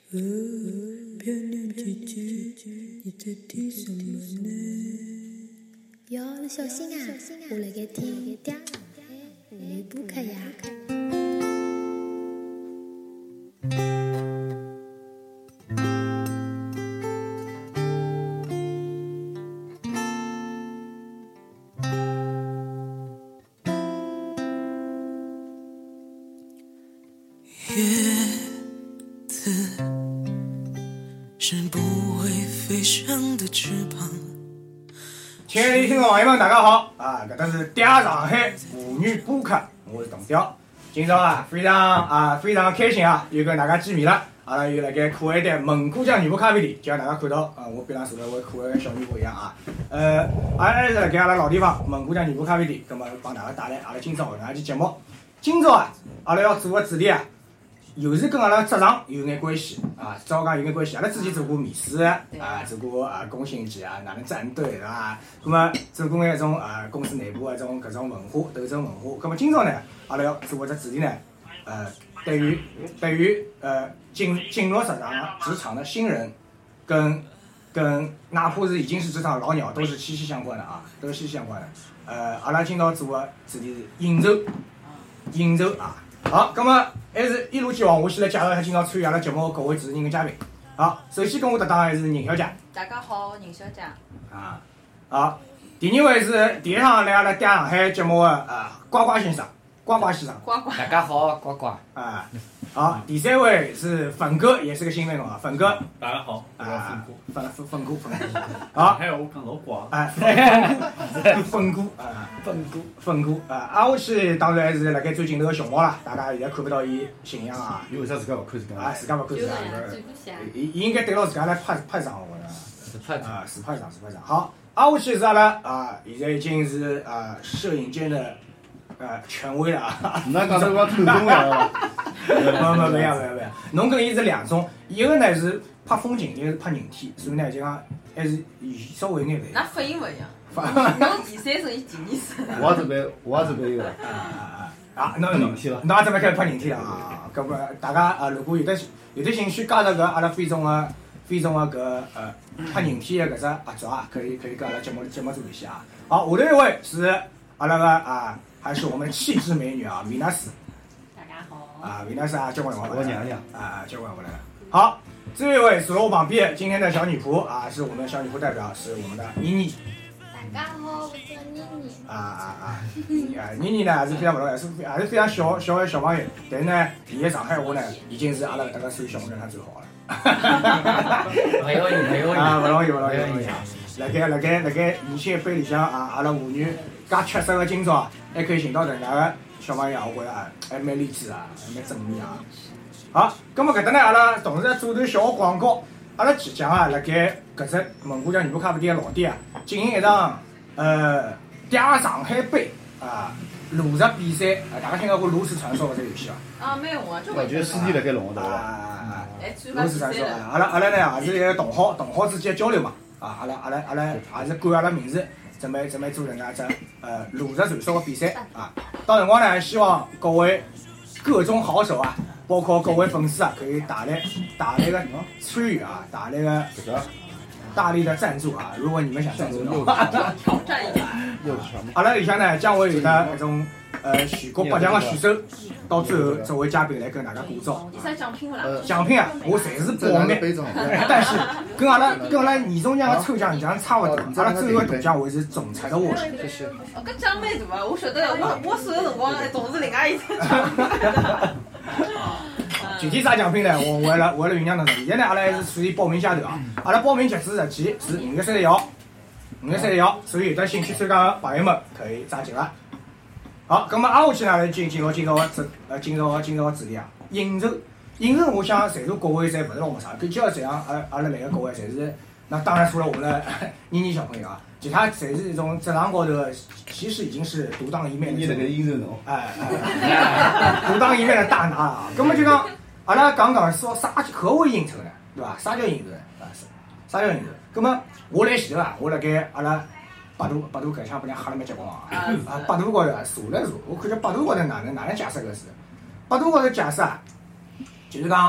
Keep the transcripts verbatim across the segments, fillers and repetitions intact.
哦，漂亮姐姐，你在听什么呢？ 哟，你小心啊！我辣盖听嗲上海妇女播客呀。 叶子是不会飞翔的翅膀。 亲爱的听众朋友们，大家好啊！搿搭是嗲上海妇女播客，我是董彪。今朝啊，非常啊非常开心啊，又跟大家见面了。阿拉又辣盖可爱的蒙古酱女仆咖啡店，就像大家看到啊，我边上坐了位可爱的小女仆一样啊。呃，阿拉还是辣盖阿拉老地方蒙古酱女仆咖啡店，葛末帮大家带来阿拉今朝搿能一期节目。今朝啊，阿拉要做个主题啊。又是跟阿拉职场有眼关系啊，照讲有眼关系。阿拉之前做过面试啊，做过啊工薪级啊，哪能站队是吧？那么做过眼种啊公司内部的种搿种文化斗争文化。那么今朝呢，阿拉要做个只主题呢，呃，对于对于呃进进入职场职场的新人，跟跟哪怕是已经是职场老鸟，都是息息相关的啊，都是息息相关的。呃，阿拉今朝做个主题是应酬，应酬啊。好，那么还是一如既往，我先来介绍一下今朝参与阿拉节目各位主持人跟嘉宾。好，首先跟我搭档还是宁小姐。 大家好，宁小姐。 啊，好，第二位是第一趟来阿拉嗲上海节目的啊呱呱先生，呱呱先生。 呱呱。 大家好，呱呱。 啊，好，第三位是粉哥，也是个新面孔啊，粉哥。 大家好，我叫粉哥。 粉粉粉哥，粉哥。好。 还有我讲老瓜。 哎，粉哥啊，粉哥，粉哥啊，啊，我去当然还是辣盖最近头个熊猫啦，大家现在看不到伊形象啊。 伊为啥自家勿看自家？ 啊，自家勿看自家。伊伊应该对牢自家来拍拍张，我觉着。 自拍啊，自拍张，自拍张。好，啊，我去是阿拉啊，现在已经是啊摄影界的呃权威了啊。 那刚才我偷东了。 没没没有没有没有，侬跟伊是两种，一个呢是拍风景，一个是拍人体，所以呢就讲还是稍微有眼勿一样。 那发音勿一样。侬第三声，伊第二声。 我也准备，我也准备一个。 啊啊啊！侬侬侬也准备开始拍人体了啊！搿么大家啊，如果有的有的兴趣加入搿阿拉非总个非总个搿呃拍人体的搿只合作啊，可以可以跟阿拉节目节目组联系啊。好，下头一位是阿拉个啊，还是我们气质美女啊，米娜丝。 大家好。 啊，米娜丝啊，交关我我娘娘啊，交关我来了。好，这一位坐我旁边今天的小女仆啊，是我们的小女仆代表，是我们的妮妮。 大家好，我叫妮妮。 啊啊啊！啊，妮妮呢还是非常不容易，是还是非常小小的小朋友，但是呢，伊的上海话呢已经是阿拉搿个所有小姑娘上最好了。 没有你，没有你啊，不容易，不容易，不容易。辣盖辣盖辣盖年轻一辈里向啊，阿拉妇女介缺失个今朝，还可以寻到能介个小朋友，我觉着啊，还蛮励志啊，还蛮正面啊。好，咁么搿搭呢，阿拉同时做段小广告。阿拉即将啊，辣盖搿只蒙古酱女仆咖啡店的老店啊，进行一场呃嗲上海杯啊炉石比赛啊，大家听到过炉石传说搿只游戏伐？ 啊，蛮红啊， 我觉得师弟辣盖弄对伐？ 啊， 哎， 炉石传说啊，阿拉阿拉呢也是一个同好同好之间的交流嘛，啊，阿拉阿拉阿拉也是管阿拉名字，准备准备做人家只呃炉石传说的比赛啊，到辰光呢，希望各位各中好手啊。包括各位粉丝啊，可以大力大力的参与啊，大力的大力的赞助啊！如果你们想赞助的话， 挑战一下。 阿拉里向呢将会有的那种呃全国八强的选手，到最后作为嘉宾来跟大家鼓噪。 有啥奖品不啦？ 奖品啊，我侪是保密，但是跟阿拉跟阿拉年终奖的抽奖奖差不多。阿拉最后的大奖会是总裁的卧室。 哦，搿奖蛮大啊！我晓得，我我手的辰光总是另外一只奖。 具体啥奖品呢？我为了为了酝酿当中，现在呢，阿拉还是处于报名阶段啊。阿拉报名截止日期是五月三十号，五月三十号，所以有的兴趣参加的朋友们可以抓紧了。好，咁么挨下去呢，进进入进入个主呃进入个进入个主题啊。应酬，应酬，我想在座各位侪勿是老陌生，比较这样，阿阿拉来个各位侪是，那当然除了我们的妮妮小朋友啊，其他侪是一种职场高头的，其实已经是独当一面的。 你那个应酬侬， 哎，独当一面的大拿啊！咁么就讲。阿拉讲讲说啥何为应酬呢？对伐？啥叫应酬呢？啊，啥叫应酬？咁么我来前头啊，我辣盖阿拉百度百度搿腔拨人吓了蛮结棍啊！啊，百度高头啊查了查，我看见百度高头哪能哪能解释搿事？百度高头解释啊，就是讲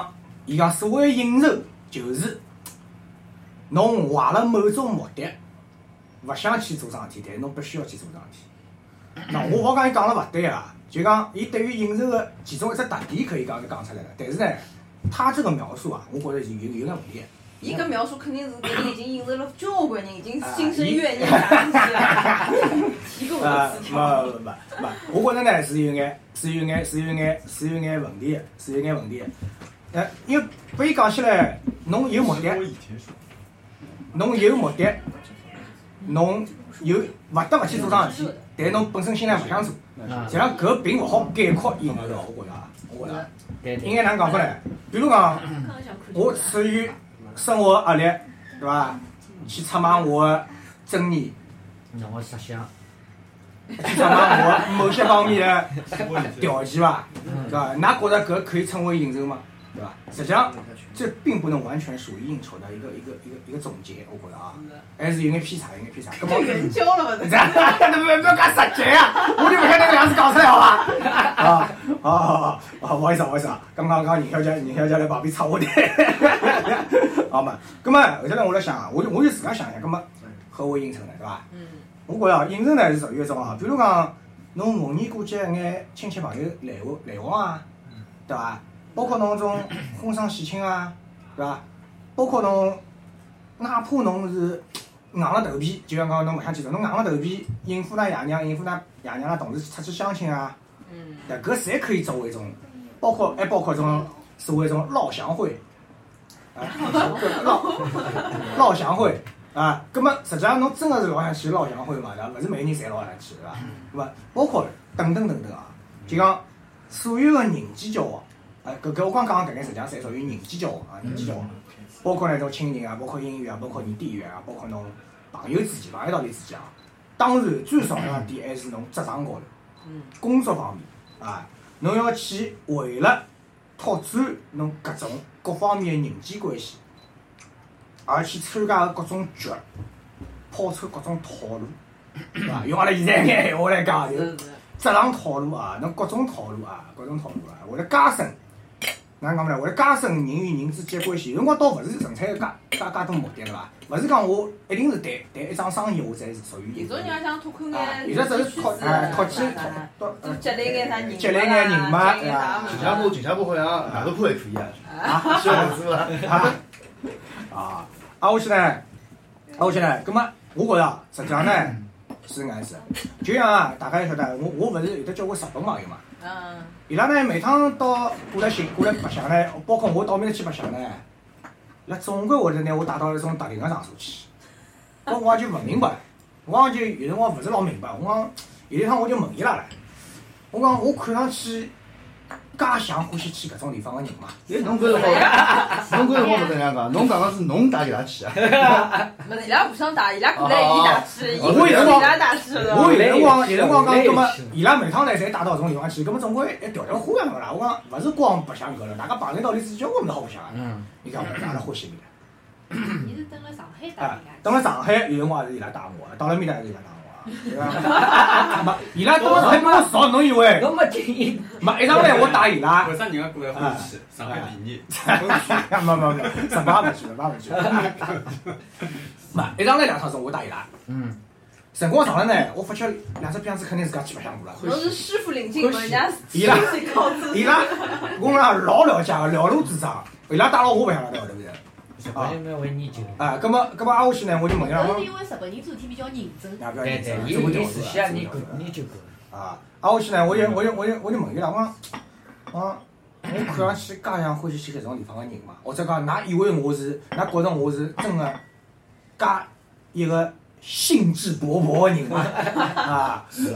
伊讲所谓应酬就是侬怀了某种目的，勿想去做桩事体，但是侬必须要去做桩事体。那我勿讲伊讲了勿对啊，就讲伊对于应酬的其中一只特点可以讲是讲出来了，但是呢，他这个描述啊，我觉着是有有眼问题。 伊搿描述肯定是搿人已经应酬了交关人，已经心生怨念打进去了，提过啊， 词没没没没，我觉着呢是有眼是有眼是有眼是有眼问题的，是有眼问题的。呃，因为拨伊讲起来，侬有目的，侬有目的，侬有勿得勿去做桩事体，但侬本身心里勿想做，实际上搿并勿好概括应酬的，我觉着，我觉着，应该哪能讲法呢？比如讲，我处于生活压力，对伐？去出卖我的尊严， 让我设想， 去出卖我某些方面的条件伐？对伐？㑚觉着搿可以称为应酬吗？对吧？实际上，这并不能完全属于应酬的一个一个一个一个总结，我觉得啊，还是有眼偏差，有眼偏差。搿么援交了勿是？ 这不不要讲实际啊！我就不想那个样子讲出来，好吧？啊啊啊！不好意思，不好意思啊！刚刚刚宁小姐，宁小姐来旁边插话题。好嘛，搿么后头呢，我来想，我就我就自家想一下，搿么何为应酬呢？对伐？嗯。我觉着应酬呢是属于一种啊，比如讲侬逢年过节眼亲戚朋友来往来往啊，对伐？包括侬种婚丧喜庆啊，对伐？包括侬，哪怕侬是硬了头皮，就像讲侬勿想去做，侬硬了头皮应付㑚爷娘、应付㑚爷娘啦同事出去相亲啊， 嗯， 对，搿侪可以作为一种，包括还包括种所谓一种老乡会，啊，老老乡会啊，葛末实际上侬真个是老想去老乡会嘛，对伐？勿是每个人侪老想去，对伐？对伐？包括等等等等啊，就讲所有个人际交往。啊，搿搿我刚讲搿眼实际上侪属于人际交往啊，人际交往，包括那种亲人啊，包括姻缘啊，包括异地缘啊，包括侬朋友之间、朋友道理之间啊。当然，最重要的点还是侬职场高头，工作方面啊，侬要去为了拓展侬各种各方面的人际关系，而去参加各种局，抛出各种套路，对伐？用阿拉现在眼闲话来讲，就是职场套路啊，侬各种套路啊，各种套路啊，为了加深。哪能讲呢？为了加深人与人之间的关系，有辰光倒勿是纯粹加加加多目的，对伐？勿是讲我一定是谈谈一桩生意，我才是属于应酬。 有种人想拓宽眼， 有的只是拓哎拓展拓多积累眼啥人， 积累眼人脉， 对伐？ 新加坡新加坡好像外头铺还可以啊， 啊， 小伙子伐？ 啊啊，啊，我去呢，啊，我去呢，葛末我觉着实际上呢是搿样子，就像啊，大家也晓得，我我勿是有得交关日本朋友嘛。 嗯。 伊拉呢，每趟到过来寻过来白相呢，包括我到面头去白相呢，伊拉总归会得拿我带到一种特定个场所去。搿我也就勿明白，我也就有辰光勿是老明白。我讲有一趟我就问伊拉了，我讲我看上去介像欢喜去搿种地方个人嘛？ 哎，侬搿是好，侬搿是好勿这样讲，侬讲个是侬带伊拉去啊？ 勿是伊拉互相带，伊拉过来伊带去，伊我有辰光伊拉带去的。 我有辰光有辰光讲，葛末伊拉每趟来侪带到搿种地方去，葛末总归还调调花样个啦。我讲勿是光白相搿了，大家朋友道理之交关物事好白相个。嗯。伊讲阿拉欢喜面的。 伊是蹲辣上海带啊伊拉。 蹲辣上海有辰光也是伊拉带我，到了面搭也是伊拉带我。对伐？没，伊拉到上海比我少，侬以为？ 侬没听伊？ 没，一上来我带伊拉。 为啥人家过来欢喜？上海便宜。 没没没，十八勿去，十八勿去。没，一上来两趟是我带伊拉。嗯。辰光长了呢，我发觉两只辫子肯定自家去白相过了。 侬是师傅领进门，人家伊拉伊拉，我讲老了解个，了如指掌。伊拉带牢我白相了，对勿对？ 日本人蛮会研究。 啊，葛末葛末挨下去呢，我就问伊拉。 搿是因为日本人做事体比较认真。 对对，伊伊是想研究研究过。 啊，挨下去呢，我就我就我就我就问伊拉，我讲，我讲，我看上去介像欢喜去搿种地方个人嘛？或者讲，㑚以为我是，㑚觉着我是真个介一个兴致勃勃个人嘛？啊，是。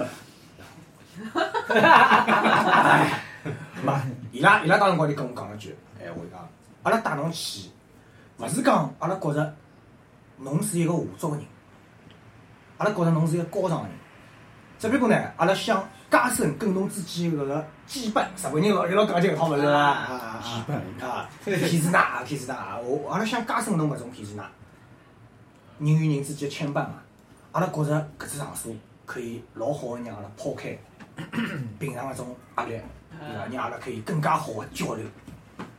哎，嘛，伊拉伊拉当辰光就跟我讲了句，哎，我讲，阿拉带侬去。勿是讲阿拉觉着侬是一个下作个人，阿拉觉着侬是一个高尚个人，只不过呢，阿拉想加深跟侬之间搿个羁绊。日本人老一老讲究搿套物事啦，羁绊啊，骗子呐，骗子呐，我阿拉想加深侬搿种骗子呐，人与人之间的牵绊嘛。阿拉觉着搿只场所可以老好个让阿拉抛开平常搿种压力，对伐？让阿拉可以更加好个交流。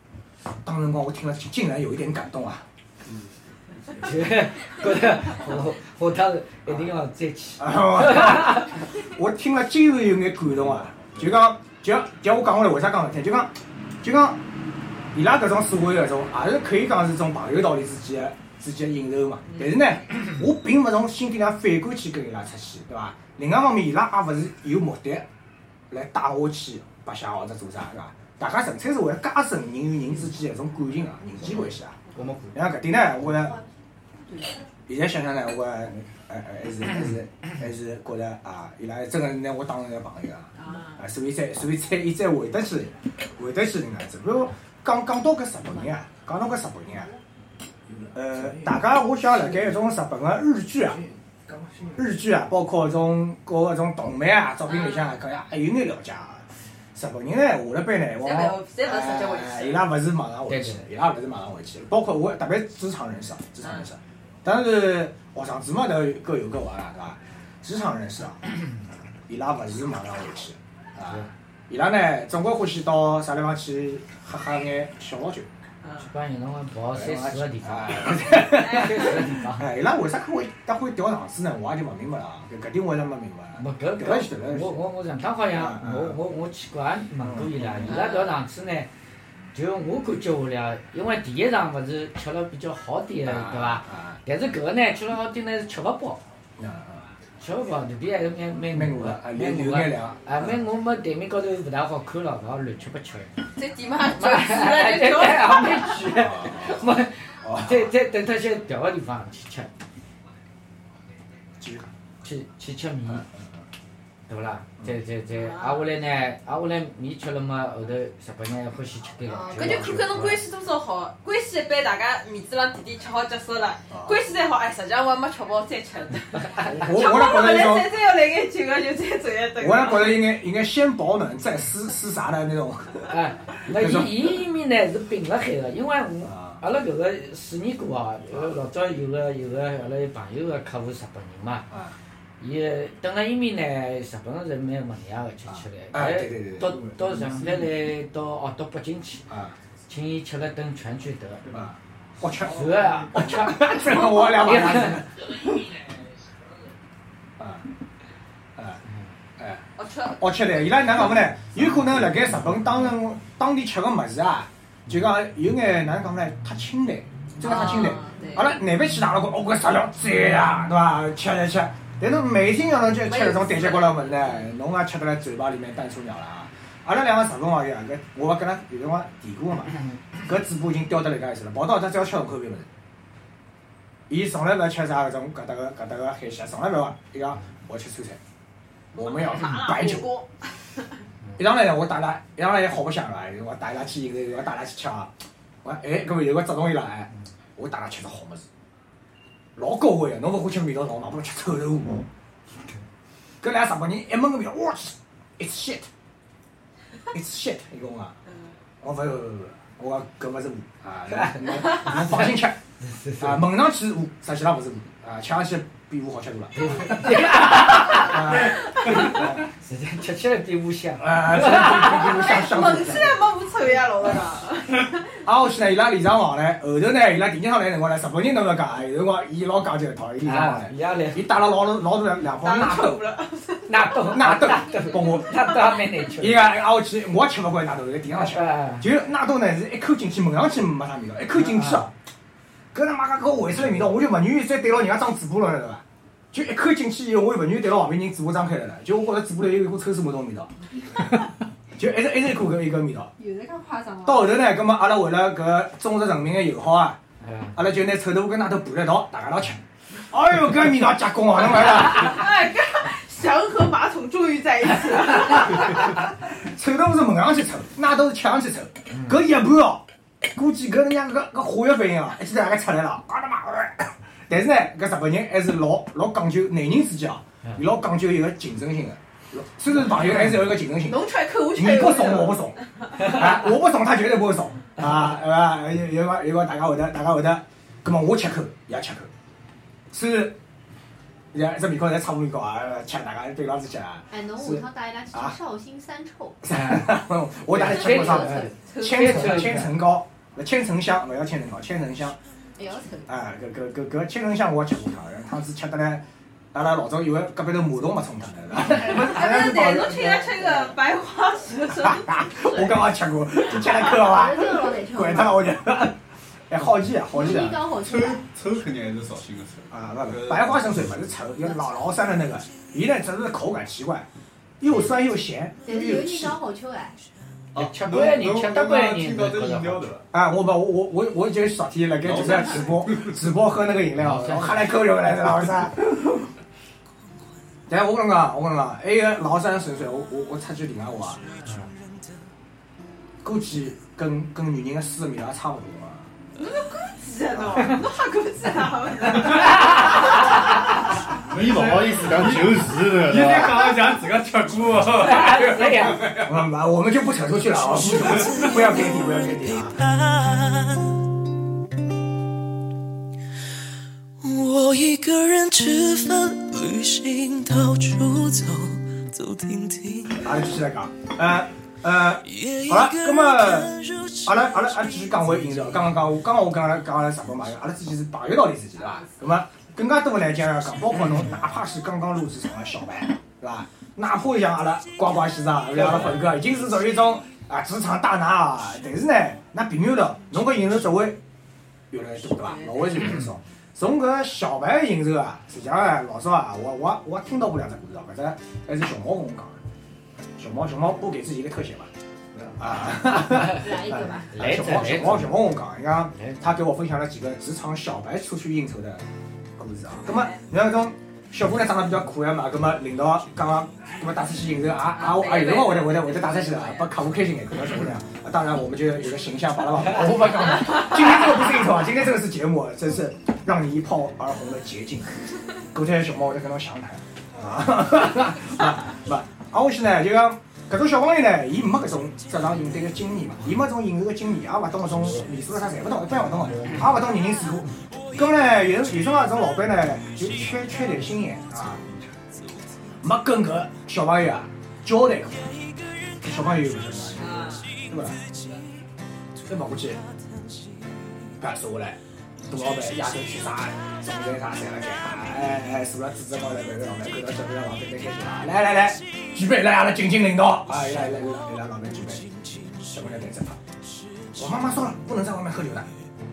当辰光我听了竟然有一点感动啊！ 就觉得我我当时一定要再去。 我听了竟然有眼感动啊！就讲，就就我讲下来，为啥讲勿听？就讲，就讲，伊拉搿种所谓搿种，也是可以讲是种朋友道理之间的之间的应酬嘛。但是呢，我并勿从心底上反感去跟伊拉出去，对伐？另外方面，伊拉也勿是有目的来带我去白相或者做啥，对伐？大家纯粹是为了加深人与人之间的搿种感情啊、人际关系啊。 我们然后搿点呢，我呢，现在想想呢，我呃呃还是还是还是觉得啊，伊拉真个是拿我当成个朋友啊，啊，所以才所以才伊才会得去会得去能样子。比如讲讲到搿日本人啊，讲到搿日本人啊，呃，大家我想辣盖一种日本个日剧啊，日剧啊，包括种各个种动漫啊、作品里向啊，搿样还有眼了解啊。日本人呢，下了班呢，往往哎，伊拉勿是马上回去，伊拉勿是马上回去，包括我特别职场人士啊，职场人士，但是学生子嘛都各有各玩啦，对伐？职场人士啊，伊拉勿是马上回去啊，伊拉呢总归欢喜到啥地方去喝喝眼小老酒。 去帮有辰光跑三四个地方，三四个地方。 哎，伊拉为啥会得会调场子呢？我也就勿明白了，搿搿点我也没明白。 没搿搿，我我我上趟好像我我我去过也问过伊拉，伊拉调场子呢，就我感觉下来，因为第一场勿是吃了比较好点的，对伐？但是搿个呢，吃了好点呢是吃勿饱。吃勿饱，肚皮还是蛮蛮蛮饿个， 蛮有眼凉。 啊，蛮饿嘛，台面高头勿大好看了，勿好乱吃八吃。 再点嘛，就去了就叫。 也蛮贵，没，再再等脱些调个地方去吃。去去吃面，对勿啦？再再再，挨下来呢，挨下来面吃了嘛，后头日本人欢喜吃点老酒。 搿就看看侬关系多少好，关系一般，大家面子上点点吃好结束了。关系再好，哎，实际上我还没吃饱再吃。吃饱了来再再要来眼酒个，就再走一顿。 我也觉着应该应该先保暖再施施啥的那种。 哎，那伊伊伊面呢是并辣海个，因为我阿拉搿个四年过哦，老早有个有个阿拉朋友个客户日本人嘛。伊等了伊面呢，日本人蛮文雅个，吃起来。 哎，对对对。 到到上海来，到哦到北京去，请伊吃了顿全聚德。 啊。我吃。 是啊，我吃。 真的我两把拿着。啊。啊。哎。 我吃。 我吃的，伊拉哪讲法呢？有可能辣盖日本当人当地吃个物事啊，就讲有眼哪能讲法呢？太清淡，真个太清淡。阿拉难边去哪了个？哦，搿食量赞啊，对伐？吃吃吃。但侬每天要侬就吃搿种淡节骨了物事呢，侬也吃得来嘴巴里面淡出鸟了啊！阿拉两个日本朋友啊，搿我勿跟他有辰光提过个嘛，搿嘴巴已经叼得来介意思了，跑到他只要吃重口味物事，伊从来勿吃啥搿种搿搭个搿搭个海鲜，从来勿要，伊讲我吃川菜，我们要白酒。一上来呢，我带伊，一上来也好白相个，我带伊拉去一个，我带伊拉去吃啊，我哎，搿么有个折中伊拉哎，我带伊拉吃只好物事。老高贵个，侬勿欢喜味道，侬哪怕吃臭豆腐。搿两个日本人一闻个味道，我去 ，it's shit，it's shit， 伊讲啊，我勿勿勿勿，我讲搿勿是糊啊，侬侬放心吃啊，闻上去是糊，实际上勿是糊啊，吃上去比糊好吃多了。啊， 实际吃起来比糊香。 啊，吃起来比糊香香。 闻起来没糊臭呀，老实讲。 挨下去呢，伊拉礼尚往来，后头呢，伊拉第二趟来辰光呢，日本人侬勿讲，有辰光伊老讲究一套，伊礼尚往来，伊带了老老大两包纳豆， 纳豆纳豆拨我， 纳豆也蛮难吃。 伊讲挨下去，我吃勿惯纳豆，在地上吃，就纳豆呢是一口进去，闻上去没啥味道，一口进去哦，搿他妈个搿回出来味道，我就勿愿意再对牢人家张嘴巴了，对伐？就一口进去以后，我就勿愿意对牢旁边人嘴巴张开来了，就我觉着嘴巴里有一股抽水马桶味道。就一直一直一股搿一个味道。 有得介夸张哦。 到后头呢，葛末阿拉为了搿中日人民的友好啊，阿拉就拿臭豆腐跟纳豆拌了一道，大家一道吃。哎哟，搿味道结棍啊！侬看啦。 哎，搿翔和马桶终于在一起了。 臭豆腐是闻上去臭，纳豆是吃上去臭。搿一盘哦，估计搿人家搿搿化学反应哦，一记头大概出来了，啊他妈！但是呢，搿日本人还是老老讲究，男人之间哦，伊老讲究一个竞争性的。虽然是朋友，还是有一个竞争性。 侬吃一口，我吃你不怂，我不怂，啊，我不怂，他绝对不会怂，啊，对吧？有有个有个大家会得，大家会得，葛末我吃口，伊也吃口，虽然，一只面孔侪差不多高啊，吃大家对牢子吃啊。 哎，侬下趟带伊拉去吃绍兴三臭。 我带伊吃过啥？千层千层糕， 那千层香，勿要千层糕，千层香。 还要称。 哎，搿搿搿搿千层香我也吃过汤，汤汁吃得来，阿拉老早以为隔壁头马桶没冲脱呢，是吧？ 但是对，侬请伊吃个白花石的时候， 我刚刚吃过，就吃了口伐？怪他我就，哎，好奇啊，好奇啊！ 臭臭肯定还是绍兴的臭啊，不不，白花生水嘛是臭，有老老山的那个，伊呢只是口感奇怪，又酸又咸， 但是有人讲好吃哎。 哦， 吃惯的人，吃得惯的人， 听到这饮料的了。 啊，我不，我我我我就昨天辣盖就是直播直播喝那个饮料，我喝了口就来着，老三。但我跟侬讲，我跟侬讲，还有崂山神水，我我我插句题外话，估计跟跟女人的私密也差不多嘛。 侬是估计啊侬，侬还估计啊？ 你不好意思讲就是的， 你在讲讲自个吃过。 这样。 我我们就不扯出去了啊，不要偏题，不要偏题啊。 我一个人吃饭、旅行，到处走走停停。 阿拉继续来讲，呃呃，好了，那么阿拉阿拉阿拉继续讲回饮料。刚刚讲，刚刚我讲了讲了日本嘛，阿拉之前是朋友道理之间，对伐？那么更加多来讲要讲，包括侬哪怕是刚刚入职场的小白，对伐？哪怕像阿拉呱呱先生，阿拉粉哥已经是属于一种啊职场大拿啊，但是呢，那避免了侬搿应酬职位越来越多，对伐？老会是越来越少。从搿小白的应酬啊，实际上啊，老早啊，我我我听到过两只故事，搿只还是小猫跟我讲的。小猫小猫不给自己一个特写吧？啊， 来一个吧。 来小猫小猫小猫跟我讲，人家他给我分享了几个职场小白出去应酬的故事啊。那么你看搿种小姑娘长得比较可爱嘛，那么领导刚刚那么带出去应酬啊啊啊，有辰光会得会得会得带出去的，把客户开心眼，看到小姑娘。当然，我们就有个形象把它往我不讲了。今天这个不是应酬啊，今天这个是节目，真是让你一炮而红的捷径。狗天小猫，我在跟侬详谈啊，不，啊，我现在就讲搿种小朋友呢，伊没搿种职场应对的经验嘛，伊没搿种应酬的经验，也勿懂搿种礼数啦啥，侪勿懂，一般勿懂个，也勿懂人情世故。搿么呢，有有种啊，搿种老板呢，就缺缺点心眼啊，没跟搿小朋友啊交代过，小朋友有搿种。对吧？再跑过去，把收过来，杜老板压根去啥，总裁啥侪了该，哎哎，坐了纸纸高头，搿个老板看到小朋友老板在开心啊，来来来，举杯来阿拉敬敬领导，啊，来来来来老板举杯，小姑娘在这旁，我妈妈说了，不能在外面喝酒的。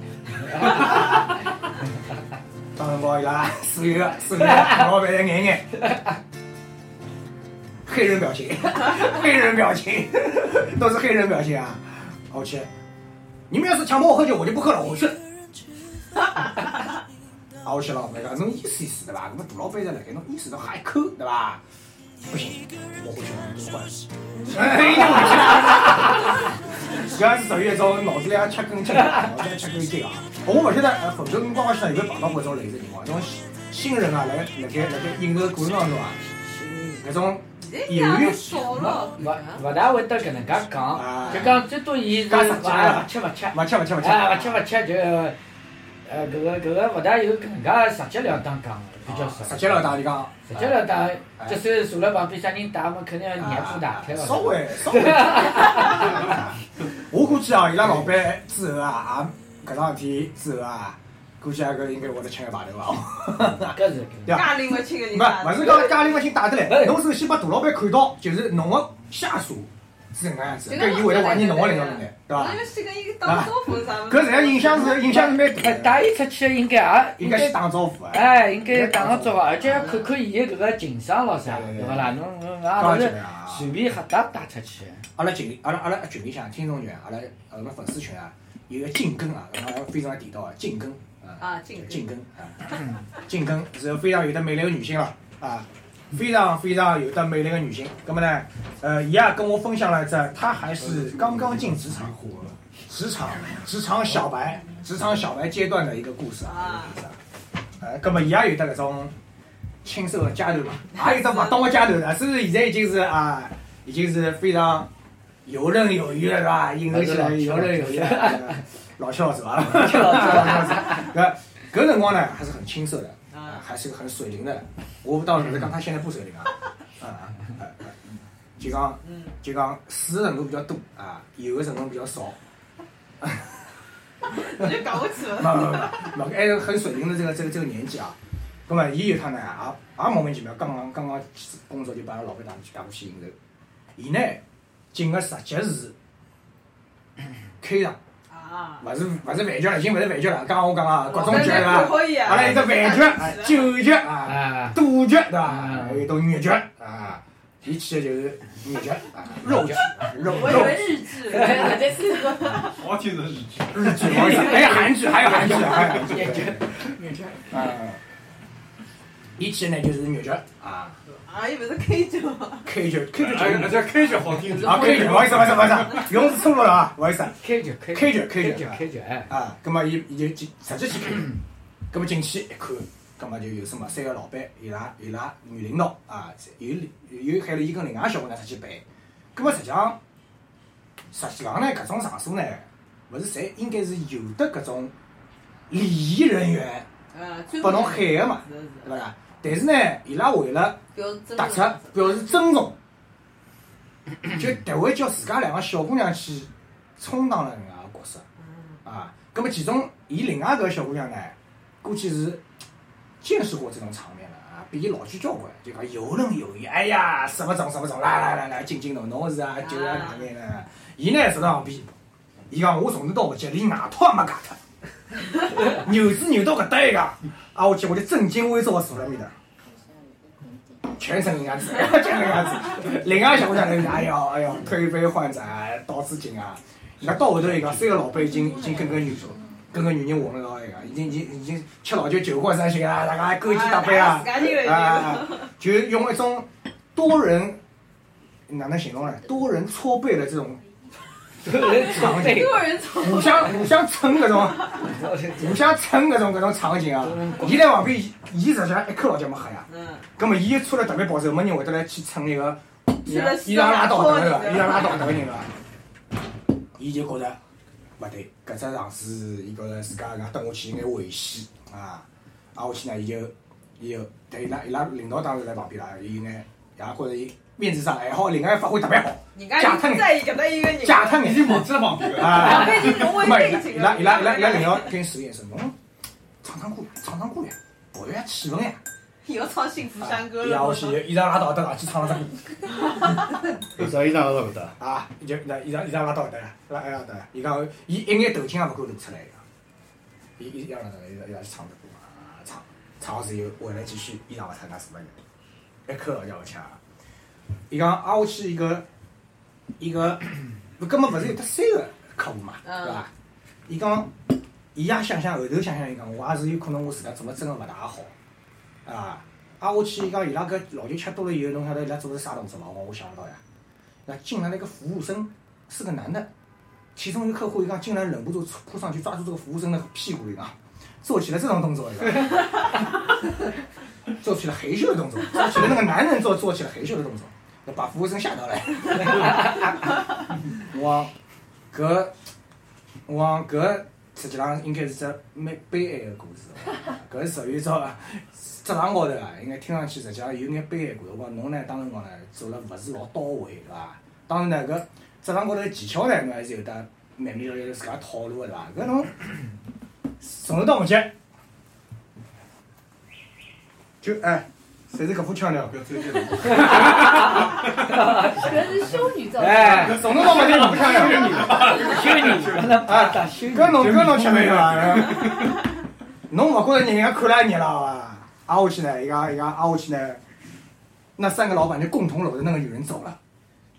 当辰光伊拉所有的所有的老板在眼眼。黑人表情，黑人表情，都是黑人表情啊！我去，你们要是强迫我喝酒，我就不喝了，我去了。啊，我去了，那个侬意思意思对吧？那么大老板在辣盖，侬意思侬还抠对吧？不行，我回去了，你换。哎，又回去了。这是属于一种脑子里吃根筋，脑子里吃根筋啊！我不晓得，呃，粉哥跟光光先生有没有碰到过这种类似情况？这种新人啊，来辣盖辣盖应酬过程当中啊，搿种。犹豫少了， 勿勿大会得搿能介讲，就讲最多伊是勿勿吃勿吃， 勿吃勿吃勿吃， 啊勿吃勿吃就，呃搿个搿个勿大有搿能介直截了当讲的，比较少。 直截了当就讲， 直截了当，就算坐辣旁边啥人打，么肯定要眼部打开了。 稍微稍微。我估计啊，伊拉老板之后啊，搿桩事体之后啊。估计啊，搿应该会得吃个排头伐？ 搿是对伐？家里勿请个人， 勿勿是讲家里勿请打得来，侬首先把大老板看到，就是侬个下属是搿能样子，搿伊会得怀疑侬个领导能力，对伐？ 侬要先跟伊打招呼啥物事？ 搿实际上影响是影响是蛮大。 带伊出去应该也应该先打招呼啊！ 哎，应该打个招呼，而且要看看伊搿个情商咯啥，对勿啦？侬侬也勿是随便瞎带带出去。 阿拉群里，阿拉阿拉群里向听众群，阿拉阿拉粉丝群啊，有个静根啊，阿拉非常地道啊，静根。 啊，静静根啊，静根是非常有的美丽的女性了啊，非常非常有的美丽的女性。那么呢，呃，伊啊跟我分享了在她还是刚刚进职场，职场职场小白，职场小白阶段的一个故事啊。呃，那么伊也有的那种青涩的阶段嘛，还有一只勿懂的阶段呢，是不是现在已经是啊，已经是非常游刃有余了，是吧？应酬起来游刃有余。老气老子吧，老气老子，老气老子。搿搿辰光呢，还是很青涩的，啊，还是很水灵的。我不到是讲他现在不水灵啊，啊啊，就讲就讲水的成分比较多啊，油的成分比较少。 我就搞不起了。 没没没没，还是很水灵的这个这个这个年纪啊。那么伊有趟呢，也也莫名其妙，刚刚刚刚工作就把老板带去带过去应酬。伊呢进个实习是开场。 啊！ 勿是勿是饭局了，已经勿是饭局了。刚刚我讲啊，各种局对伐？ 阿拉有只饭局、啊、酒局啊、赌局对伐？还有到肉局啊。伊去的就是肉局啊，肉局，肉肉。 我以为日剧，我在四个。 我听是日剧。 日剧，不好意思，还有韩剧，还有韩剧，还有韩剧。 肉局。 啊。伊去的呢就是肉局啊。 啊，伊勿是 K 局吗 ？K 局 ，K 局， 而且 K 局好听。 啊 ，K 局，不好意思，不好意思，不好意思，用词错误了啊，不好意思。 K 局，K 局，K 局，K 局，哎。 啊，葛末伊伊就进直接去 K 局，葛末进去一看，葛末就有什么三个老板，伊拉伊拉女领导啊，有有喊了伊跟另外个小姑娘出去陪。葛末实际上，实际上呢，搿种场所呢，勿是侪应该是有的搿种礼仪人员拨侬喊个嘛，对勿啦？但是呢，伊拉为了突出表示尊重，就特会叫自家两个小姑娘去充当了人家个角色。啊，葛末其中伊另外搿个小姑娘呢，估计是见识过这种场面了啊，比伊老句交关，就讲游刃有余。哎呀，什么种什么种，来来来来，进进侬侬是啊，酒啊哪眼呢？伊呢坐到旁边，伊讲我从头到尾脚连外套也没夹脱，扭子扭到搿搭一个。啊！我去，我就正襟危坐个坐辣面搭，全程搿样子，全程搿样子。另外小姑娘在那，哎哟哎哟，推杯换盏，倒纸巾啊。人家到后头一个，三个老板已经已经跟个女跟个女人混了到一个，已经已经已经吃老酒酒过三巡啊，大家勾肩搭背啊，啊，就用一种多人哪能形容呢？多人搓背的这种。 多人场景， 互相互相蹭搿种，互相蹭搿种搿种场景啊！伊在旁边，伊实际上一口老酒没喝呀。嗯。葛末伊穿了特别保守，没人会得来去蹭那个伊拉拉倒头个，伊拉拉倒头个人个。伊就觉着勿对，搿只场子伊觉着自家搿蹲下去有眼危险啊！挨下去呢，伊就伊就，但伊拉伊拉领导当然辣旁边啦，伊有眼也觉着伊。面子上还好，另外发挥特别好，假脱眼，假脱眼， 已经忘记了旁边啊！没，伊拉伊拉伊拉伊拉领导跟实验室，侬唱唱歌，唱唱歌呀，活跃下气氛呀。 以后唱幸福山歌了。 然后去衣裳拉到搭上去唱了只歌。为啥衣裳拉到搿搭？ 啊，就那衣裳衣裳拉到搿搭，拉拉搭，伊讲伊一眼头巾也勿够露出来个，伊伊伊拉搭伊拉去唱只歌啊，唱唱好之后回来继续衣裳勿脱，那什么人，一口老叫我吃。伊讲挨下去一个一个，根本勿是有得三个客户嘛，对伐？伊讲，伊也想想后头想想，伊讲我也是有可能我自家做了真个勿大好，啊！挨下去伊讲伊拉搿老酒吃多了以后，侬晓得伊拉做的是啥动作伐？我我想不到呀。那进来那个服务生是个男的，其中一个客户伊讲竟然忍不住扑上去抓住这个服务生的屁股，伊讲做起了这种动作，做起了黑咻的动作，做起了那个男人做做起了黑咻的动作。把服务生吓到了，我搿我搿实际上应该是只蛮悲哀的故事，搿是属于只职场高头啊，应该听上去实际上有眼悲哀故事。我讲侬呢，当然讲呢做了勿是老到位，对伐？当然呢，搿职场高头技巧呢，侬还是有得慢慢有自家套路的，对伐？搿侬从头到尾接，就哎。侪是搿副腔调，不要走进来。 搿是修女造的。 哎，从头到尾就搿副腔调。 修女，啊， 搿侬搿侬吃没有啊？侬勿觉着人家看了热闹啊？挨下去呢，伊讲伊讲挨下去呢，那三个老板就共同搂着那个女人走了，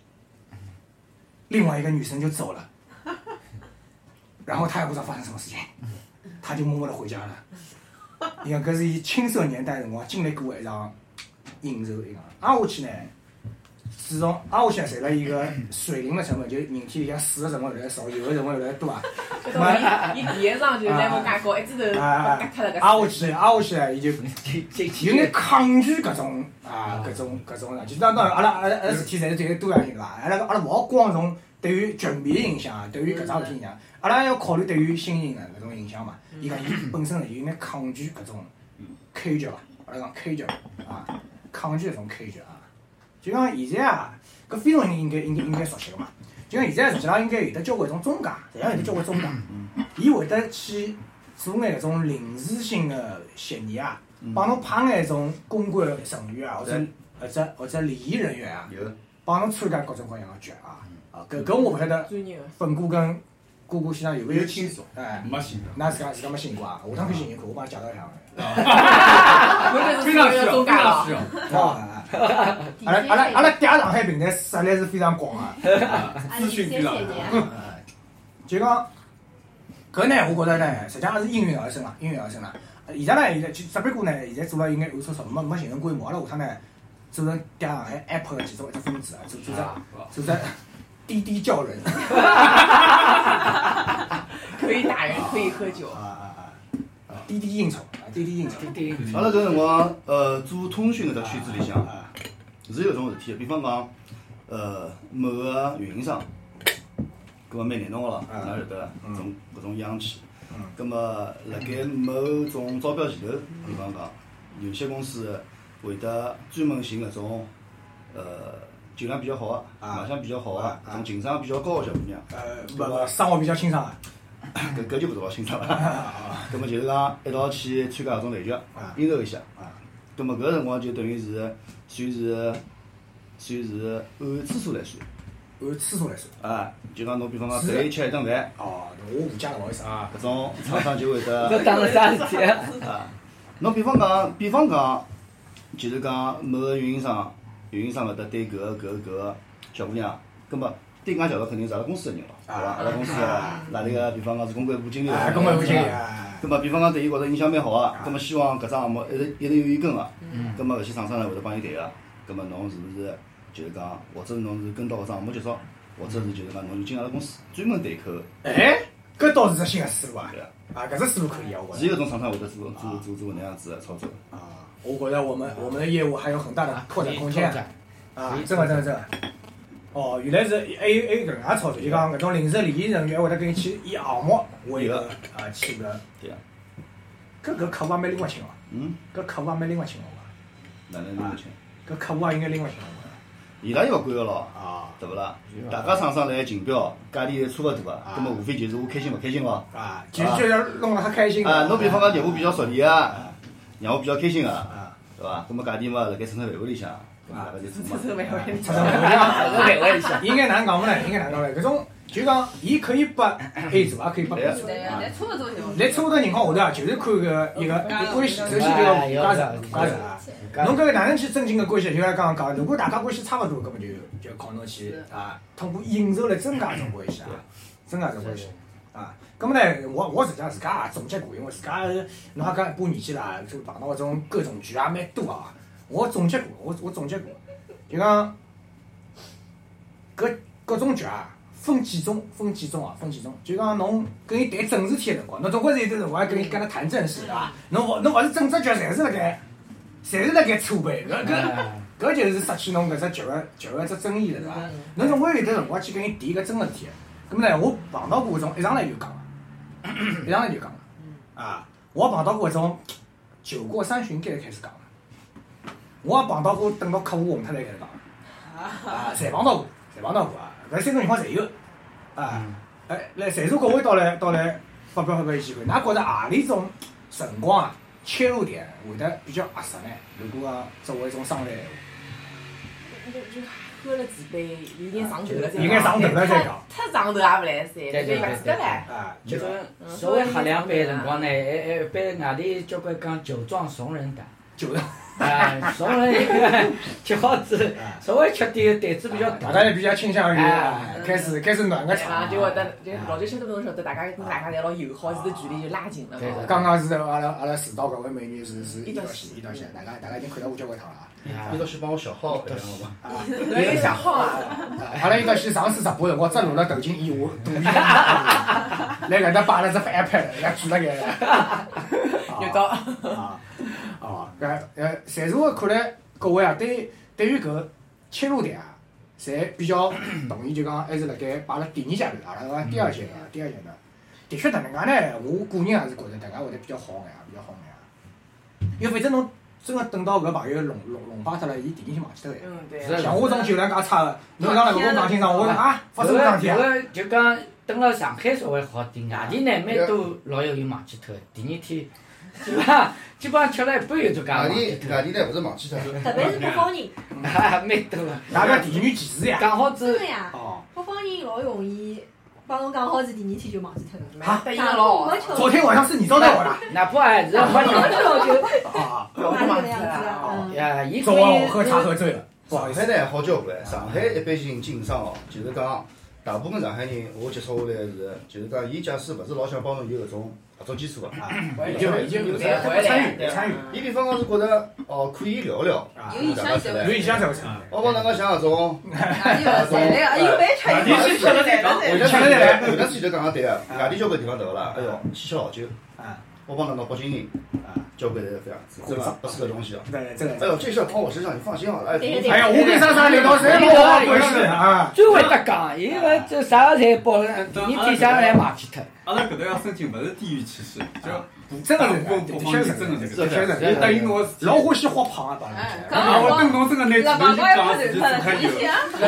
另外一个女生就走了，然后他也不知道发生什么事情，他就默默地回家了。伊讲搿是伊青涩年代辰光经历过一场应酬，伊讲挨下去呢，自从挨下去呢，随了伊个水灵的成分，就人体里向水个成分越来越少，油个成分越来越多啊。 咁伊第一上就来我介高，一直头夹脱了个。 挨下去，挨下去呢，伊就有眼抗拒搿种啊，搿种搿种啦。其实当然，阿拉阿拉阿拉事体侪是对多样性个伐？阿拉阿拉勿好光从对于群体影响啊，对于搿桩事体影响，阿拉要考虑对于心情个搿种影响嘛。伊讲伊本身呢有眼抗拒搿种开局伐，阿拉讲开局啊，抗拒搿种开局啊。就像现在啊，搿非常人应该应该应该熟悉个嘛。 就讲现在实际上应该有得交关种中介，实际上有得交关中介，伊会得去做眼搿种临时性的协议啊，帮侬派眼种公关成员啊，或者或者或者联谊人员啊，帮侬参加各种各样的局啊。啊，搿搿我勿晓得粉哥跟哥哥先生有没有听说？哎， 没信过。 㑚自家自家没信过啊？下趟可以信一看，我帮你介绍一下。 非常需要，非常需要。 啊！阿拉阿拉阿拉嗲上海平台实力是非常广啊， 资讯非常。 就讲搿呢，我觉着呢，实际上也是应运而生啦，应运而生啦。现在呢，现在就只不过呢，现在做了应该暗搓搓，没没形成规模。阿拉下趟呢，做成嗲上海 App 的其中一只分支啊，做做只做只滴滴叫人。 可以打人，可以喝酒。 啊啊啊！滴滴应酬，滴滴应酬，滴滴应酬。 阿拉搿辰光，呃，做通讯搿只圈子里向，是有种事体的。比方讲，呃，某个运营商，搿么蛮难弄个咯，哪晓得？搿种搿种央企。葛么，辣盖某种招标前头，比方讲，有些公司会得专门寻搿种，呃，酒量比较好个，卖相比较好个，搿种情商比较高个小姑娘。 呃，勿勿，生活比较清爽个。 搿搿就勿大清爽了。葛么就是讲一道去参加搿种类局，应酬一下。葛么搿个辰光就等于是算是算是按次数来算。 按次数来算。 啊，就讲侬比方讲陪伊吃一顿饭。 哦，我误解了，勿好意思啊。搿种厂商就会得。 搿当了啥事体啊？侬比方讲，比方讲，就是讲某个运营商，运营商搿搭对搿个搿个搿个小姑娘，葛么对外介绍肯定是阿拉公司的人咯，对伐？阿拉公司哪里个，比方讲是公关部经理。 公关部经理。 葛么比方讲对伊觉着印象蛮好个，葛么希望搿只项目一直一直有伊跟个，葛么搿些厂商呢会得帮伊谈个，葛么侬是勿是就是讲，或者侬是跟到搿只项目结束，或者是就是讲侬就进阿拉公司专门对口。 哎，搿倒是只新个思路啊！啊，搿只思路可以啊，我觉着。是有种厂商会得做做做做那样子的操作。 啊，我觉着我们我们的业务还有很大的拓展空间。啊，真个真个真个。哦，原来是还有还有搿能介操作，就讲搿种临时联谊人员会得跟你去以项目为个啊去个。 对啊。 搿搿客户也蛮拎勿清哦。 嗯。 搿客户也蛮拎勿清哦。 哪能拎勿清？ 搿客户也应该拎勿清哦。 伊拉又勿管个咯， 啊， 对勿啦？大家厂商来竞标，价钿差勿多个，葛末无非就是我开心勿开心咯。 啊，就就要弄得他开心。 啊，侬比方讲业务比较熟练个，让我比较开心个，对伐？葛末价钿嘛，辣盖层层范围里向。 啊，层层范围里， 层层范围里向，应该哪能讲呢？应该哪能讲呢？搿种就讲，伊可以拨 A 组，也可以拨 B 组。 对啊，来差勿多就。 来差勿多情况下头啊，就是看个一个关系，首先就要附加值，附加值啊。侬搿个哪能去增进个关系？就像刚刚讲，如果大家关系差勿多，搿么就就靠侬去啊，通过应酬来增加这种关系啊，增加这种关系啊。搿么呢，我我实际上自家也总结过，因为自家侬还讲一把年纪啦，就碰到搿种各种局也蛮多啊。我总结过，我我总结过，就讲搿各种局啊，分几种，分几种啊，分几种。就讲侬跟伊谈正事体个辰光，侬总归是有段辰光跟伊跟他谈正事，对伐？侬勿侬勿是整只局，侪是辣盖，侪是辣盖搓背，搿搿搿就是失去侬搿只局个局个只真意了，对伐？侬总归有段辰光去跟伊谈一个真个事体。咁么呢，我碰到过搿种一上来就讲个，一上来就讲个，啊，我碰到过搿种酒过三巡才开始讲。我也碰到过，等到客户红脱来开始讲，啊，侪碰到过，侪碰到过啊，搿三种情况侪有，啊，哎，来，在座各位到来到来发表发表意见，㑚觉着何里种辰光啊，切入点会得比较合适呢？如果讲作为一种商业闲话，就喝了几杯，有眼上头了再讲， 有眼上头了再讲， 太上头也勿来三，就勿记得唻。 啊， 就是稍微喝两杯辰光呢，还还一般外地交关讲酒壮怂人胆。 酒。 啊，怂人一个吃好子，稍微吃点胆子比较大。 大家比较倾向于开始开始暖个场。 就会得就老就晓得侬晓得，大家跟大家侪老友好，是距离就拉近了。 刚刚是阿拉阿拉迟到搿位美女是是一道线一道线，大家大家已经看到我交关趟了啊。 一道线帮我小号一样好吗？ 啊， 有小号啊！ 阿拉一道线上次直播辰光，只录了头巾以下，肚皮来搿搭摆了只 iPad，人家举了个。 有到。 啊。哦，搿呃，在座看来各位啊，对对于搿切入点啊，侪比较同意，就讲还是辣盖摆辣第二阶段，阿拉讲第二阶段，第二阶段，的确迭能介呢，我个人也是觉着大家会得比较好眼，比较好眼。因为反正侬真个等到搿朋友弄弄弄摆脱了，伊第二天忘记脱个。 嗯，对。 像我种酒量介差个，侬上来跟我讲清爽，我讲啊，发生啥事体啊？ 搿个就讲等了上海稍微好点，外地呢蛮多老友有忘记脱，第二天基本上基本上吃了一半有就讲忘记脱。外地外地呢勿是忘记脱， 特别是北方人。 哈，蛮多个。 大家地缘歧视呀。 讲好子。 真个呀。哦。北方人老容易。帮侬讲好是第二天就忘记脱了。 啊， 答应了老。 昨天晚上是你招待我的。 哪怕还是喝酒。 老酒。 啊， 老这个样子啊。 呀，伊昨晚我喝茶喝醉了。 上海呢好交关，上海一般性经商哦，就是讲大部分上海人我接触下来是，就是讲伊假使勿是老想帮侬有搿种合作基础个， 已经已经有参与参与。 伊比方讲是觉得哦可以聊聊， 有意相投， 有意相投。 我帮大家像搿种， 哎呦，谁来个？哎呦，蛮吃一口，吃了再讲， 为了吃了再来。为了前头讲个对个，外地交关地方对个啦，哎哟，去吃老酒。我帮侬到北京人，啊，交关侪是这样子，这个不是个东西啊。 对，这个。 哎呦，这事放我身上，你放心好了。 哎呀，我跟莎莎领导谁帮我关系啊？ 最会得讲，伊个这啥个侪包，第二天啥个侪忘记脱。 阿拉搿搭要申请，勿是地域歧视，就真个是不不方便，真个是， 确实， 等于侬老欢喜花胖啊，把啊，我等侬真个拿自己讲自己做开酒，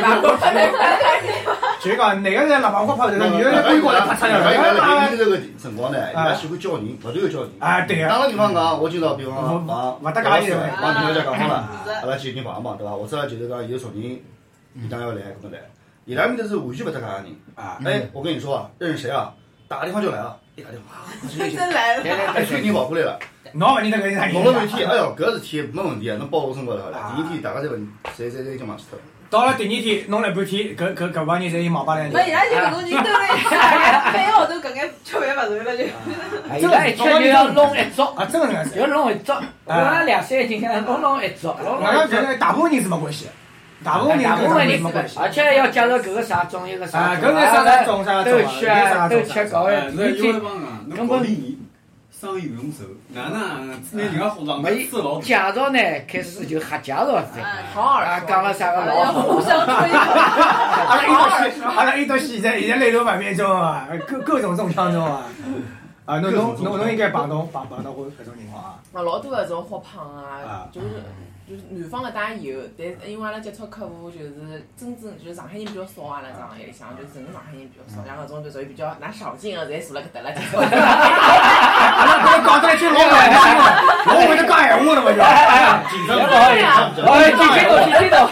就讲哪个人喇叭花泡头，女的归过来啪嚓两个。 两个这个辰光呢，伊拉喜欢教人，勿断个教人。 啊，对个。 打个比方讲，我今朝比方讲帮勿搭界的， 帮朋友家讲好了，阿拉去一定碰一碰，对伐？或者就是讲有熟人，伊当要来，搿么来。伊拉面头是完全勿搭界个人。啊。哎，我跟你说啊，认识谁啊？打个电话就来了，一打电话， 真来了， 一群人跑过来了。 侬勿认得搿人， 弄了半天，哎哟，搿事体没问题啊，侬包我身高头好了。第二天大家侪问，侪侪侪已经忘记脱了。 到了第二天，弄了半天，搿搿搿帮人侪有网吧来。 那伊拉就搿种人兜了一圈，每个号头搿眼吃饭勿传了就。 伊拉一吃就要弄一桌， 啊，真个是。 要弄一桌，我拉两三斤，弄弄一桌。 我讲大部分人是没关系。大部分人， 大部分人没关系， 而且要介绍搿个啥种一个啥种，啊，种啥都吃啊，都吃搞个， 那因为帮啊，侬搞礼仪，生意勿用愁，哪能拿人家好上面吃老。 介绍呢，开始就瞎介绍噻，啊，讲了啥个老好， 互相吹。 阿拉一到现，阿拉一到现在，现在泪流满面中啊，各各种中枪中啊。啊，侬侬侬侬应该碰到碰碰到过搿种情况啊？ 啊，老多搿种花胖啊，就是。就是南方的当然有，但因为阿拉接触客户就是真正就是上海人比较少，阿拉上海里向就是真正上海人比较少，像搿种就属于比较拿少劲个，侪坐辣搿搭了。 阿拉搿讲得一句老难听个，老会得讲闲话了嘛就。 紧张不好意思，哎，记清楚，记清楚。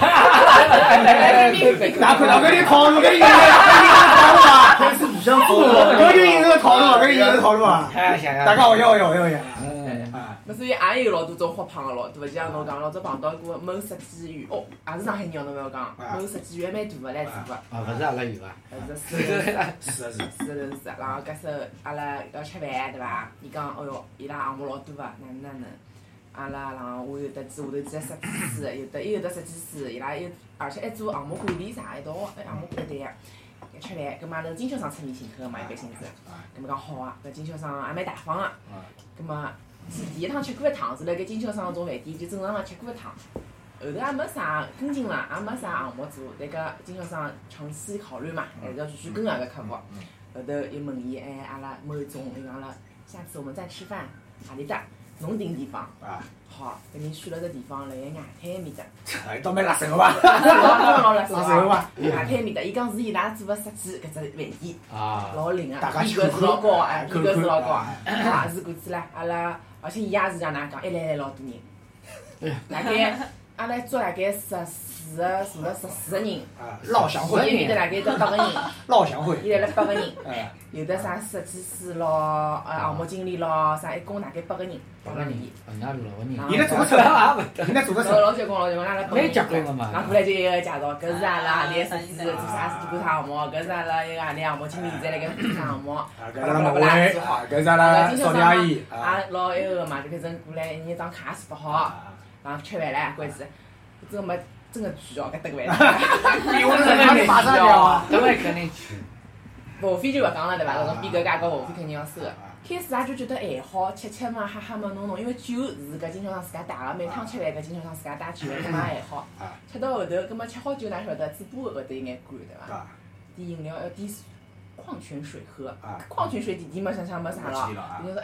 哪看到搿里套路，搿里有套路啊？ 开始互相做了，搿就有个套路，搿有个套路啊。大家学习学习学习学习。 所以也有老多种发胖个老多，像侬讲老早碰到过某设计院，哦，也是上海人哦，侬勿要讲，某设计院蛮大个来做个。 啊，勿是阿拉有啊。 是是是是是是是是，然后搿时候阿拉要吃饭对伐？伊讲，哦哟，伊拉项目老多个，哪能哪能？阿拉然后我有得做下头几个设计师，有得伊有得设计师，伊拉有，而且还做项目管理啥一道，项目管理个。一吃饭，搿么阿拉经销商出面请客个嘛，一般性质。搿么讲好啊，搿经销商也蛮大方个。搿么。第一趟吃过一趟是辣盖经销商种饭店就正常个吃过一趟，后头也没啥跟进了，也没啥项目做，但搿经销商长期考虑嘛，还是要继续跟个搿客户。后头又问伊，哎，阿拉某种伊讲了，下次我们再吃饭，何里搭？侬订地方。啊。好，搿人选了个地方辣盖外滩埃面搭。 哎，倒蛮辣手个伐？ 老辣手个伐？ 外滩埃面搭，伊讲是伊拉做个设计搿只饭店。 啊。 老灵个，逼格是老高个，哎，逼格是老高。啊，是过去唻，阿拉。而且伊也是像㑚讲，一来来老多人，大概阿拉做大概十四个，坐了十四个人。 啊，老乡会。 伊面搭大概得八个人。 老乡会。 伊来了八个人。有的啥设计师咯，呃，项目经理咯，啥一共大概八个人。 八个人。人家六个人。 伊来做个车啊？伊来做个车。 老结棍老结棍，阿拉八个人。 蛮结棍个嘛。 然后过来就一个介绍，搿是阿拉何里设计师做啥事体管项目，搿是阿拉一个何里项目经理现在辣盖管项目。 搿是阿拉妹，搿是阿拉少年阿姨。 也老埃个嘛，就开始过来，人张卡刷好，然后吃饭唻，关键这个没真个去哦，搿顿饭。 比我这哪里马上要？ 搿么肯定去。 服务费就勿讲了对伐？搿种逼格介高，服务费肯定要收个。开始也就觉得还好，吃吃嘛，喝喝嘛，弄弄，因为酒是搿经销商自家带个，每趟吃饭搿经销商自家带酒，搿么还好。吃到后头，搿么吃好酒，哪晓得嘴巴会得有眼干对伐？点饮料要点矿泉水喝，矿泉水弟弟嘛想想没啥咯。人家说哎，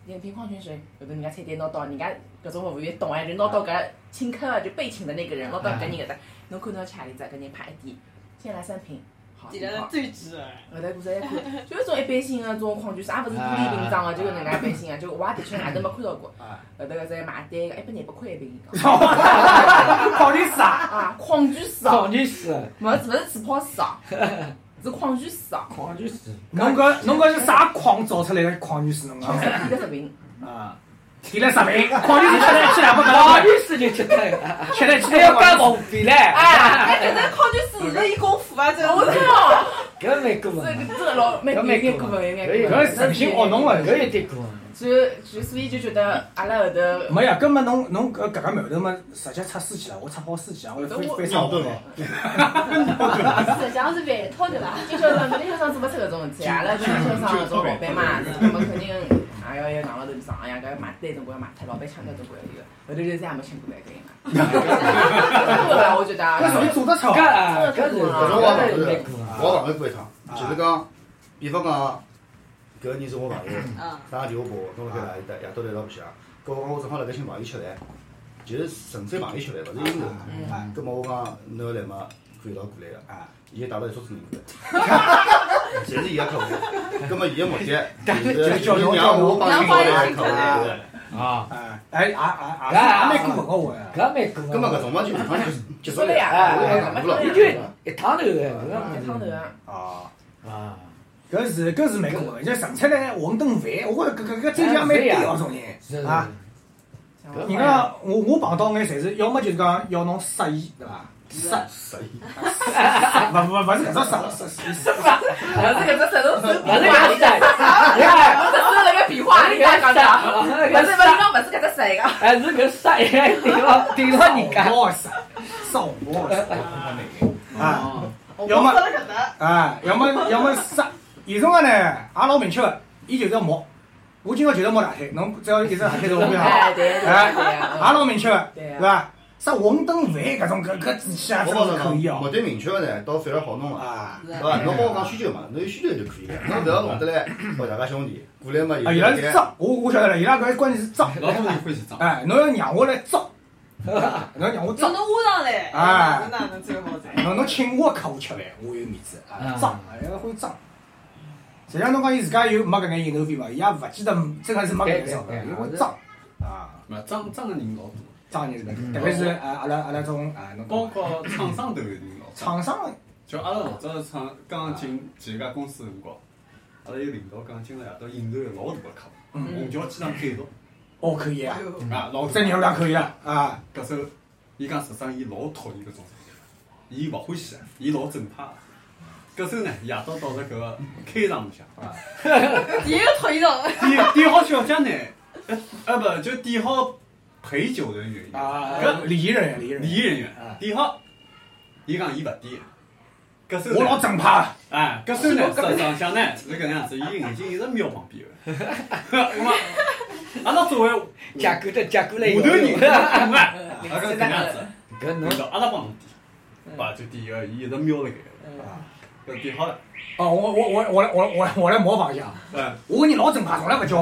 点瓶矿泉水，有的人家菜单拿到，人家搿种服务员懂哎，就拿到搿请客就被请的那个人，拿到搿人搿搭，侬看到吃何里只，搿人拍一点，先来三瓶。 点了最值啊！ 后头过来一看，就是种一般性的种矿泉水，也勿是玻璃瓶装的，就搿能介一般性的，就我也的确外头没看到过。后头搿只买单个一百廿八块一瓶。 矿泉水啊！矿泉水。 矿泉水。 勿是勿是气泡水哦，是矿泉水哦。 矿泉水。 侬搿侬搿是啥矿造出来的矿泉水侬讲？ 点了十瓶。 啊。点了十瓶，矿泉水吃来吃两百矿泉水就吃脱了， 吃来吃还要加防费唻。 哎，搿只矿泉水是伊功夫啊，真我知道。 搿蛮过分， 这这个老蛮蛮蛮过分，蛮过分。 搿是诚心学侬了， 搿有点过分。 就就所以就觉得阿拉后头没呀，根本侬侬搿搿个馒头嘛，直接出书记了，我出好书记啊，我翻翻上头了。 实际上是外套对伐？ 经销商搿里销商做勿出搿种事体，阿拉经销商搿种老板嘛，那么肯定也要有硬浪头上呀，搿买单总归要买脱，老板抢脱总归要有。后头就是也没请过来搿人嘛。过了，我觉得。 搿属于做得出。 搿搿是搿种我碰过，我碰过一趟，就是讲，比方讲。搿个人是我朋友，打个电话拨我，侬辣盖哪里搭？夜到来一道白相，搿我讲我正好辣盖请朋友吃饭，就是纯粹朋友吃饭，勿是应酬。搿么我讲侬要来嘛，可以一道过来个。伊就带了一桌子人过来，侪是伊个客户。搿么伊个目的就是就是让我帮伊搞来客户。 啊， 哎，也也也也蛮过分个我。 搿蛮过分。 搿么搿种嘛就趟就结束了呀， 伊就一趟头个， 一趟头个。 啊啊。 搿是搿是蛮过分，就纯粹来混顿饭，我觉着搿搿搿真相蛮低哦，种人啊。人家我我碰到眼侪是，要么就是讲要侬杀伊，对伐？杀杀伊， 勿勿勿是搿只杀，杀杀杀，勿是搿只杀，侬手比划划， 你看， 我只是辣盖比划，你看讲讲，勿是勿是讲勿是搿只杀一个， 还是搿杀一个顶牢顶牢人家， 我杀，烧我杀，啊，要么啊，要么要么杀。有种个呢，也老明确个，伊就是要摸。我今朝就是摸大腿，侬只要一直大腿头我就好。 哎，对对哎， 也老明确个，对伐？啥馄饨饭搿种搿搿志气啊，真是可以哦。 目的明确个呢，倒反而好弄个，对伐？侬帮我讲需求嘛，侬有需求就可以了，侬勿要弄得来和大家兄弟过来嘛。 伊拉是装，我我晓得了，伊拉搿关键是装。 老多人欢喜装。 哎，侬要让我来装，侬要让我装。 侬挖上来， 哎， 哪能最好噻？ 侬侬请我客户吃饭，我有面子啊，装，伊拉会装。实际上，侬讲伊自家有没搿眼引头费伐？伊也勿记得，真个是没搿眼钞票，伊会装啊。 勿装装个人老多， 装人是搿个，特别是啊阿拉阿拉种啊，侬包括厂商都有人老。 厂商就阿拉老早厂刚进几家公司辰光，阿拉有领导讲，今朝夜到引头有老大个客户，虹桥机场改造。 哦，可以啊， 啊，老这业务量可以了啊。 搿时候，伊讲实际上伊老讨厌搿种事体，伊勿欢喜，伊老正派。搿时候呢，夜到到了搿个开场里向啊， 第一个讨厌到。 点点好小姐呢，呃呃不就点好陪酒人员啊，搿礼仪人员，礼仪人礼仪人员点好，伊讲伊勿点，搿时候我老正派哎，搿时候呢，实际上呢是搿能样子，伊眼睛一直瞄旁边个，那么阿拉作为加过的加过来， 下头人懂啊，阿搿搿样子， 搿侬阿拉帮侬点，把就点个，伊一直瞄辣盖个，搿点好了。 哦，我我我我我我我来模仿一下。嗯，我跟你老正派，从来不叫。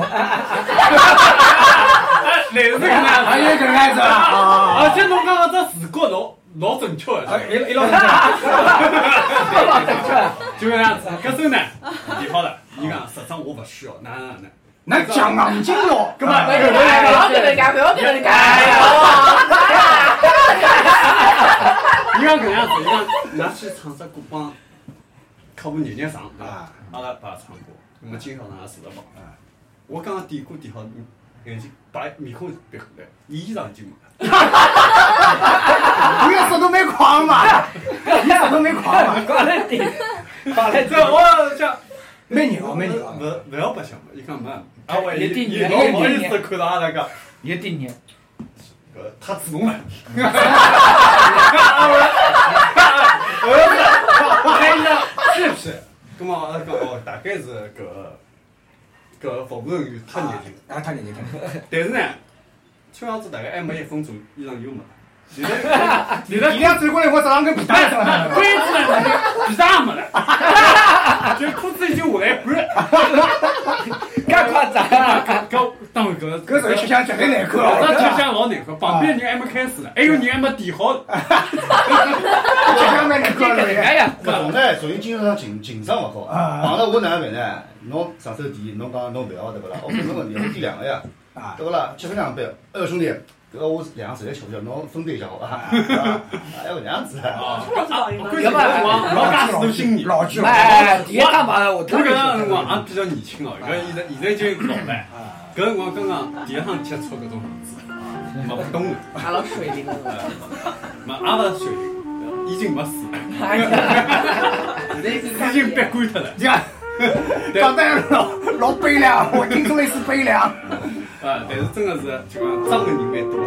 类似搿能样子， 还有搿能样子啊！ 而且侬讲个这视觉老老正确个， 一一老正确， 老正确， 就搿样子。搿时候呢，点好了，伊讲实际上我勿需要，哪哪哪。 那讲硬劲咯， 搿么不要搿能介，不要搿能介。 伊讲搿样子，伊讲㑚去唱只歌帮客户热热场，对伐？阿拉帮唱歌，那么经销商也坐得帮。我刚刚点歌点好，眼睛把面孔别过来，衣裳已经没了。 你个速度蛮快嘛，你速度蛮快嘛， 快来点，快来这我讲。 蛮牛哦，蛮牛哦！勿勿要白相嘛，伊讲没，啊我一定伊老勿好意思看到阿拉讲， 一定热， 搿太主动了。是不是？葛末阿拉讲哦，大概是搿搿服务人员太热情， 啊太热情太热情。 但是呢，吃样子大概还没一分钟，衣裳又没了。现在， 现在衣裳转过来，我早上跟皮带上了， 关键呢，皮带也没了，就裤子已经下来一半， 介夸张啊！ 搿当搿搿属于吃相绝对难看哦， 搿吃相老难看，旁边人还没开始了，还有人还没点好， 吃相蛮难看了哎呀， 搿种呢属于精神上情情商勿好。碰到我哪能办呢？侬上手点，侬讲侬勿要对勿啦？我没问题，我点两个呀，对勿啦？吃分两杯。哎呦兄弟，搿我两个实在吃勿消，侬分担一下好伐？还搿样子啊？ 关键搿辰光老介许多新人， 老句哎，第一趟碰到我， 我搿辰光也比较年轻哦，搿现在现在已经老了。搿辰光刚刚第一趟接触搿种行子，没不懂的， 也老水灵个， 没也勿是水灵，已经没水了， 现在已经已经憋干脱了。 这样讲得老老悲凉，我听出来是悲凉。 啊，但是真的是就讲脏的人蛮多。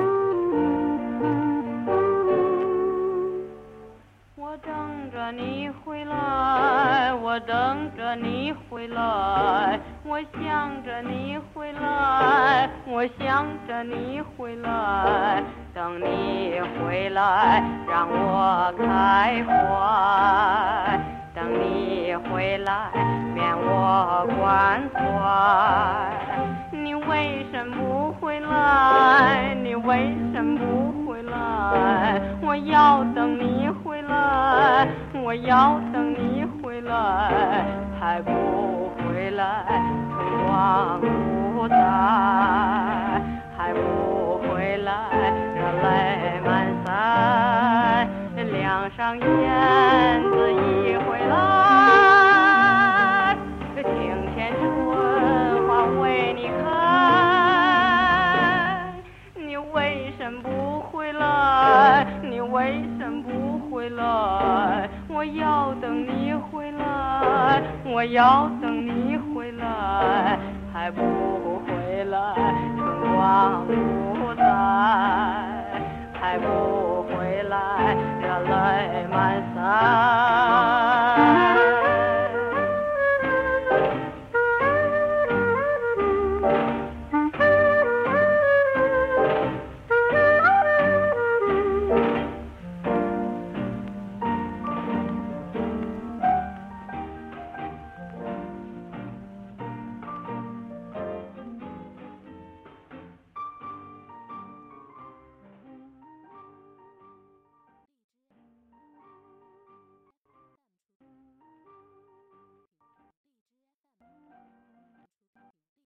我等着你回来，我等着你回来，我想着你回来，我想着你回来，等你回来让我开怀，等你回来免我关怀。你为什么不回来？你为什么不回来？我要等你回来，我要等你回来，还不回来，春光不再，还不回来，热泪满腮，梁上燕子一回来，庭前春花为你开。你为什么不回来？你为什么不回来？我要等你回来，我要等